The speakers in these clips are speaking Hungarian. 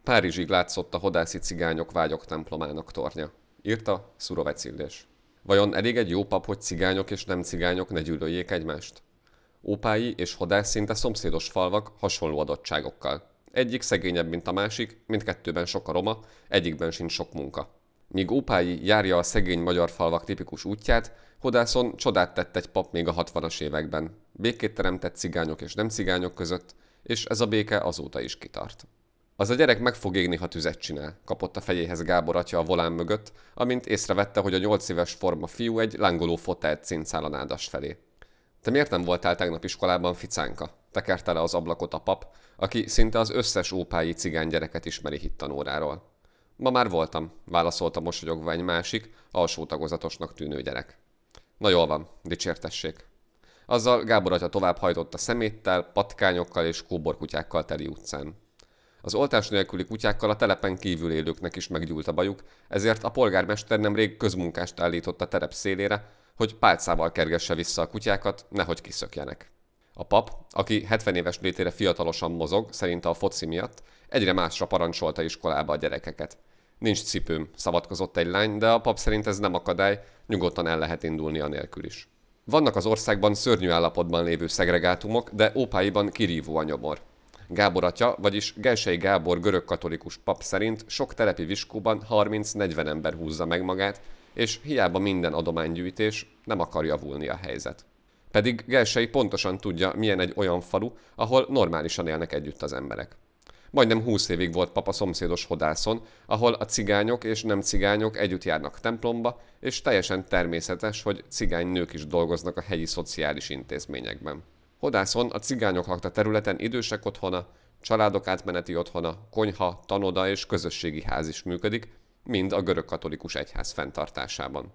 Párizsig látszott a hodászi cigányok vágyok templomának tornya, írta Szurovec Illés. Vajon elég egy jó pap, hogy cigányok és nem cigányok ne gyűlöljék egymást? Ópályi és Hodász szinte szomszédos falvak hasonló adottságokkal. Egyik szegényebb, mint a másik, mindkettőben sok a roma, egyikben sincs sok munka. Míg Ópályi járja a szegény magyar falvak tipikus útját, Hodászon csodát tett egy pap még a 60-as években. Békét teremtett cigányok és nem cigányok között, és ez a béke azóta is kitart. Az a gyerek meg fog égni, ha tüzet csinál, kapott a fejéhez Gábor atya a volán mögött, amint észrevette, hogy a 8 éves forma fiú egy lángoló fotelt cincál a nádas felé. Te miért nem voltál tegnap iskolában, ficánka? Tekerte le az ablakot a pap, aki szinte az összes ópályi cigány gyereket ismeri hittanóráról. Ma már voltam, válaszolta mosolyogva egy másik, alsó tagozatosnak tűnő gyerek. Na jól van, dicsértessék. Azzal Gábor atya tovább hajtott a szeméttel, patkányokkal és kóborkutyákkal teli utcán. Az oltás nélküli kutyákkal a telepen kívül élőknek is meggyúlt a bajuk, ezért a polgármester nemrég közmunkást állított a terep szélére, hogy pálcával kergesse vissza a kutyákat, nehogy kiszökjenek. A pap, aki 70 éves létére fiatalosan mozog, szerinte a foci miatt, egyre másra parancsolta iskolába a gyerekeket. Nincs cipőm, szavatkozott egy lány, de a pap szerint ez nem akadály, nyugodtan el lehet indulni anélkül is. Vannak az országban szörnyű állapotban lévő szegregátumok, de Ópályiban kirívó a nyomor. Gábor atya, vagyis Gelsey Gábor görögkatolikus pap szerint sok telepi viskóban 30-40 ember húzza meg magát, és hiába minden adománygyűjtés, nem akar javulni a helyzet. Pedig Gelsey pontosan tudja, milyen egy olyan falu, ahol normálisan élnek együtt az emberek. Majdnem 20 évig volt pap a szomszédos Hodászon, ahol a cigányok és nem cigányok együtt járnak templomba, és teljesen természetes, hogy cigány nők is dolgoznak a helyi szociális intézményekben. Hodászon a cigányok lakta területen idősek otthona, családok átmeneti otthona, konyha, tanoda és közösségi ház is működik, mind a görögkatolikus egyház fenntartásában.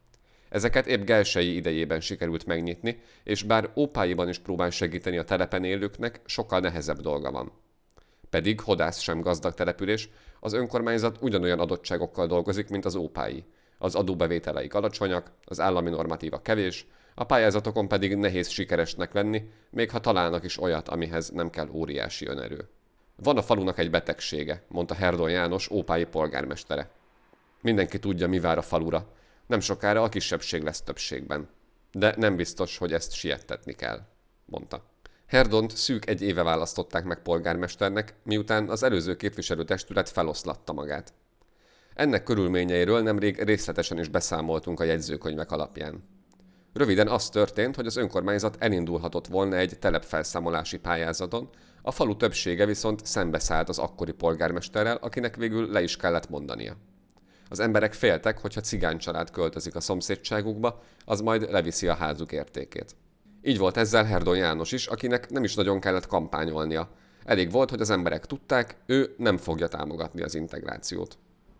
Ezeket épp Gelsey idejében sikerült megnyitni, és bár Ópályiban is próbál segíteni a telepen élőknek, sokkal nehezebb dolga van. Pedig Hodász sem gazdag település, az önkormányzat ugyanolyan adottságokkal dolgozik, mint az Ópályi. Az adóbevételeik alacsonyak, az állami normatíva kevés, a pályázatokon pedig nehéz sikeresnek lenni, még ha találnak is olyat, amihez nem kell óriási önerő. Van a falunak egy betegsége, mondta Herdon János, Ópályi polgármestere. Mindenki tudja, mi vár a falura. Nem sokára a kisebbség lesz többségben. De nem biztos, hogy ezt siettetni kell, mondta. Herdont szűk egy éve választották meg polgármesternek, miután az előző képviselőtestület feloszlatta magát. Ennek körülményeiről nemrég részletesen is beszámoltunk a jegyzőkönyvek alapján. Röviden az történt, hogy az önkormányzat elindulhatott volna egy telepfelszámolási pályázaton, a falu többsége viszont szembeszállt az akkori polgármesterrel, akinek végül le is kellett mondania. Az emberek féltek, hogy ha cigánycsalád költözik a szomszédságukba, az majd leviszi a házuk értékét. Így volt ezzel Herdon János is, akinek nem is nagyon kellett kampányolnia. Elég volt, hogy az emberek tudták, ő nem fogja támogatni az integrációt.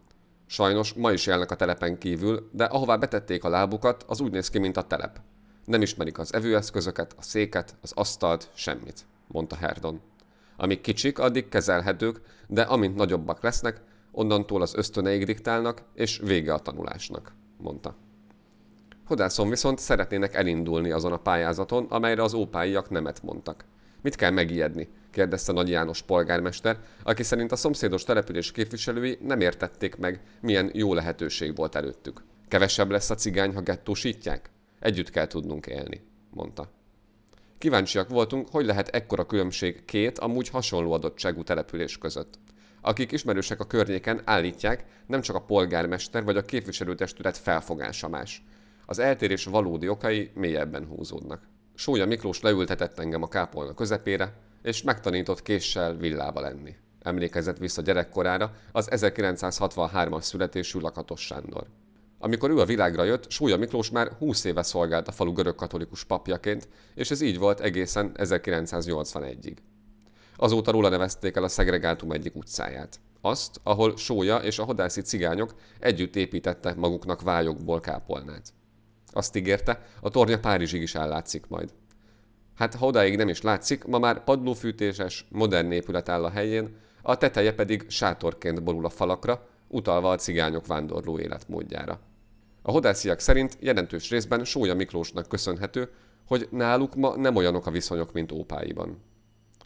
Sajnos ma is élnek a telepen kívül, de ahová betették a lábukat, az úgy néz ki, mint a telep. Nem ismerik az evőeszközöket, a széket, az asztalt, semmit, mondta Herdon. Amíg kicsik, addig kezelhetők, de amint nagyobbak lesznek, onnantól az ösztöneik diktálnak, és vége a tanulásnak, mondta. Hodászon viszont szeretnének elindulni azon a pályázaton, amelyre az ópályiak nemet mondtak. Mit kell megijedni? Kérdezte Nagy János polgármester, aki szerint a szomszédos település képviselői nem értették meg, milyen jó lehetőség volt előttük. Kevesebb lesz a cigány, ha gettósítják? Együtt kell tudnunk élni, mondta. Kíváncsiak voltunk, hogy lehet ekkora különbség két amúgy hasonló adottságú település között. Akik ismerősek a környéken, állítják, nem csak a polgármester vagy a képviselőtestület felfogása más. Az eltérés valódi okai mélyebben húzódnak. Sólya Miklós leültetett engem a kápolna közepére, és megtanított késsel villával enni. Emlékezett vissza gyerekkorára az 1963-as születésű Lakatos Sándor. Amikor ő a világra jött, Sólya Miklós már 20 éve szolgált a falu görögkatolikus papjaként, és ez így volt egészen 1981-ig. Azóta róla nevezték el a szegregátum egyik utcáját. Azt, ahol Sólya és a hodászi cigányok együtt építettek maguknak vályokból kápolnát. Azt ígérte, a tornya Párizsig is ellátszik majd. Hát ha odáig nem is látszik, ma már padlófűtéses, modern épület áll a helyén, a teteje pedig sátorként borul a falakra, utalva a cigányok vándorló életmódjára. A hodásziak szerint jelentős részben Sólya Miklósnak köszönhető, hogy náluk ma nem olyanok a viszonyok, mint Ópályiban.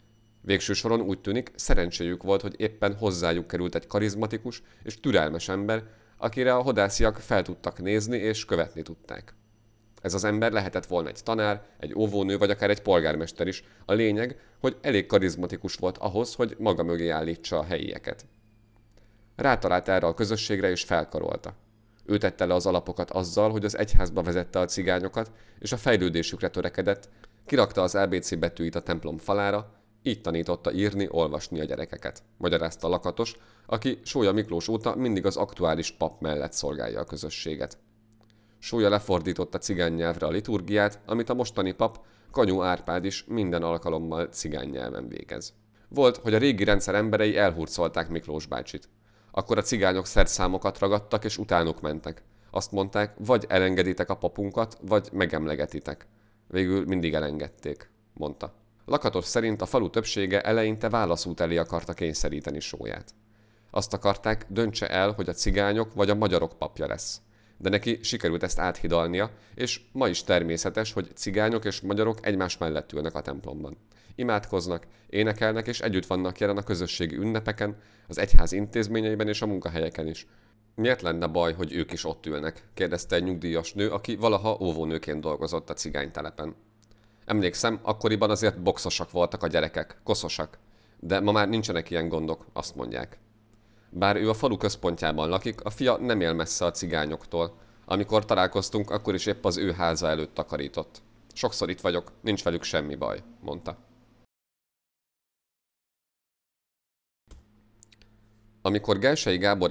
Végső soron úgy tűnik, szerencséjük volt, hogy éppen hozzájuk került egy karizmatikus és türelmes ember, akire a hodásziak fel tudtak nézni és követni tudták. Ez az ember lehetett volna egy tanár, egy óvónő vagy akár egy polgármester is. A lényeg, hogy elég karizmatikus volt ahhoz, hogy maga mögé állítsa a helyieket. Rátalált erre a közösségre és felkarolta. Ő tette le az alapokat azzal, hogy az egyházba vezette a cigányokat, és a fejlődésükre törekedett, kirakta az ABC betűit a templom falára, így tanította írni, olvasni a gyerekeket, magyarázta Lakatos, aki Sólya Miklós óta mindig az aktuális pap mellett szolgálja a közösséget. Sólya lefordította cigány nyelvre a liturgiát, amit a mostani pap, Kanyú Árpád is minden alkalommal cigány nyelven végez. Volt, hogy a régi rendszer emberei elhurcolták Miklós bácsit. Akkor a cigányok szerszámokat ragadtak és utánuk mentek. Azt mondták, vagy elengeditek a papunkat, vagy megemlegetitek. Végül mindig elengedték, mondta. Lakatos szerint a falu többsége eleinte válaszút elé akarta kényszeríteni Sólyát. Azt akarták, döntse el, hogy a cigányok vagy a magyarok papja lesz. De neki sikerült ezt áthidalnia, és ma is természetes, hogy cigányok és magyarok egymás mellett ülnek a templomban. Imádkoznak, énekelnek és együtt vannak jelen a közösségi ünnepeken, az egyház intézményeiben és a munkahelyeken is. Miért lenne baj, hogy ők is ott ülnek? Kérdezte egy nyugdíjas nő, aki valaha óvónőként dolgozott a cigánytelepen. Emlékszem, akkoriban azért boxosak voltak a gyerekek, koszosak. De ma már nincsenek ilyen gondok, azt mondják. Bár ő a falu központjában lakik, a fia nem él messze a cigányoktól. Amikor találkoztunk, akkor is épp az ő háza előtt takarított. Sokszor itt vagyok, nincs velük semmi baj, mondta. Amikor Gelsey Gábor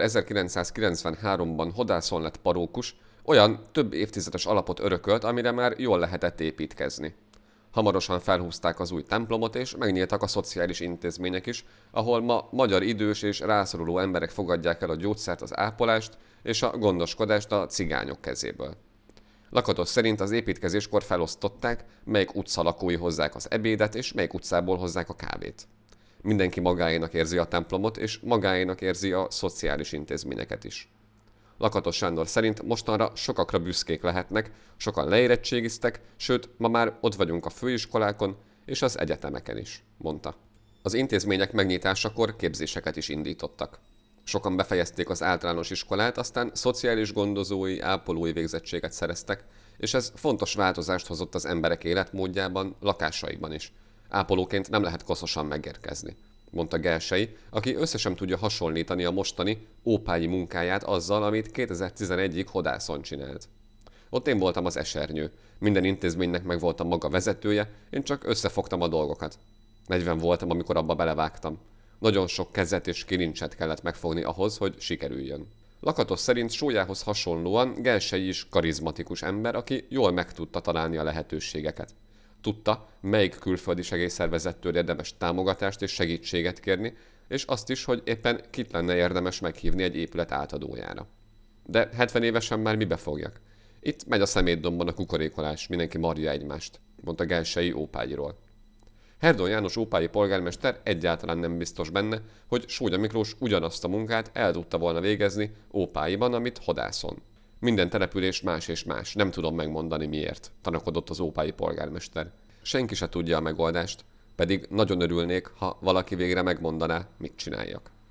1993-ban hodászon lett parókus, olyan több évtizedes alapot örökölt, amire már jól lehetett építkezni. Hamarosan felhúzták az új templomot, és megnyíltak a szociális intézmények is, ahol ma magyar idős és rászoruló emberek fogadják el a gyógyszert, az ápolást és a gondoskodást a cigányok kezéből. Lakatos szerint az építkezéskor felosztották, melyik utca lakói hozzák az ebédet, és melyik utcából hozzák a kávét. Mindenki magáénak érzi a templomot, és magáénak érzi a szociális intézményeket is. Lakatos Sándor szerint mostanra sokakra büszkék lehetnek, sokan leérettségiztek, sőt, ma már ott vagyunk a főiskolákon és az egyetemeken is, mondta. Az intézmények megnyitásakor képzéseket is indítottak. Sokan befejezték az általános iskolát, aztán szociális gondozói, ápolói végzettséget szereztek, és ez fontos változást hozott az emberek életmódjában, lakásaiban is. Ápolóként nem lehet koszosan megérkezni, mondta Gelsey, aki össze sem tudja hasonlítani a mostani ópályi munkáját azzal, amit 2011-ig hodászon csinált. Ott én voltam az esernyő, minden intézménynek megvolt a maga vezetője, én csak összefogtam a dolgokat. 40 voltam, amikor abba belevágtam. Nagyon sok kezet és kilincset kellett megfogni ahhoz, hogy sikerüljön. Lakatos szerint Sólyához hasonlóan Gelsey is karizmatikus ember, aki jól meg tudta találni a lehetőségeket. Tudta, melyik külföldi segélyszervezettől érdemes támogatást és segítséget kérni, és azt is, hogy éppen kit lenne érdemes meghívni egy épület átadójára. De 70 évesen már mibe fogjak? Itt megy a szemétdombon a kukorékolás, mindenki marja egymást, mondta Gelsey ópályiról. Herdon János ópályi polgármester egyáltalán nem biztos benne, hogy Sólya Miklós ugyanazt a munkát el tudta volna végezni ópályiban, amit hodászon. Minden település más és más, nem tudom megmondani miért, tanakodott az ópályi polgármester. Senki se tudja a megoldást, pedig nagyon örülnék, ha valaki végre megmondaná, mit csináljak.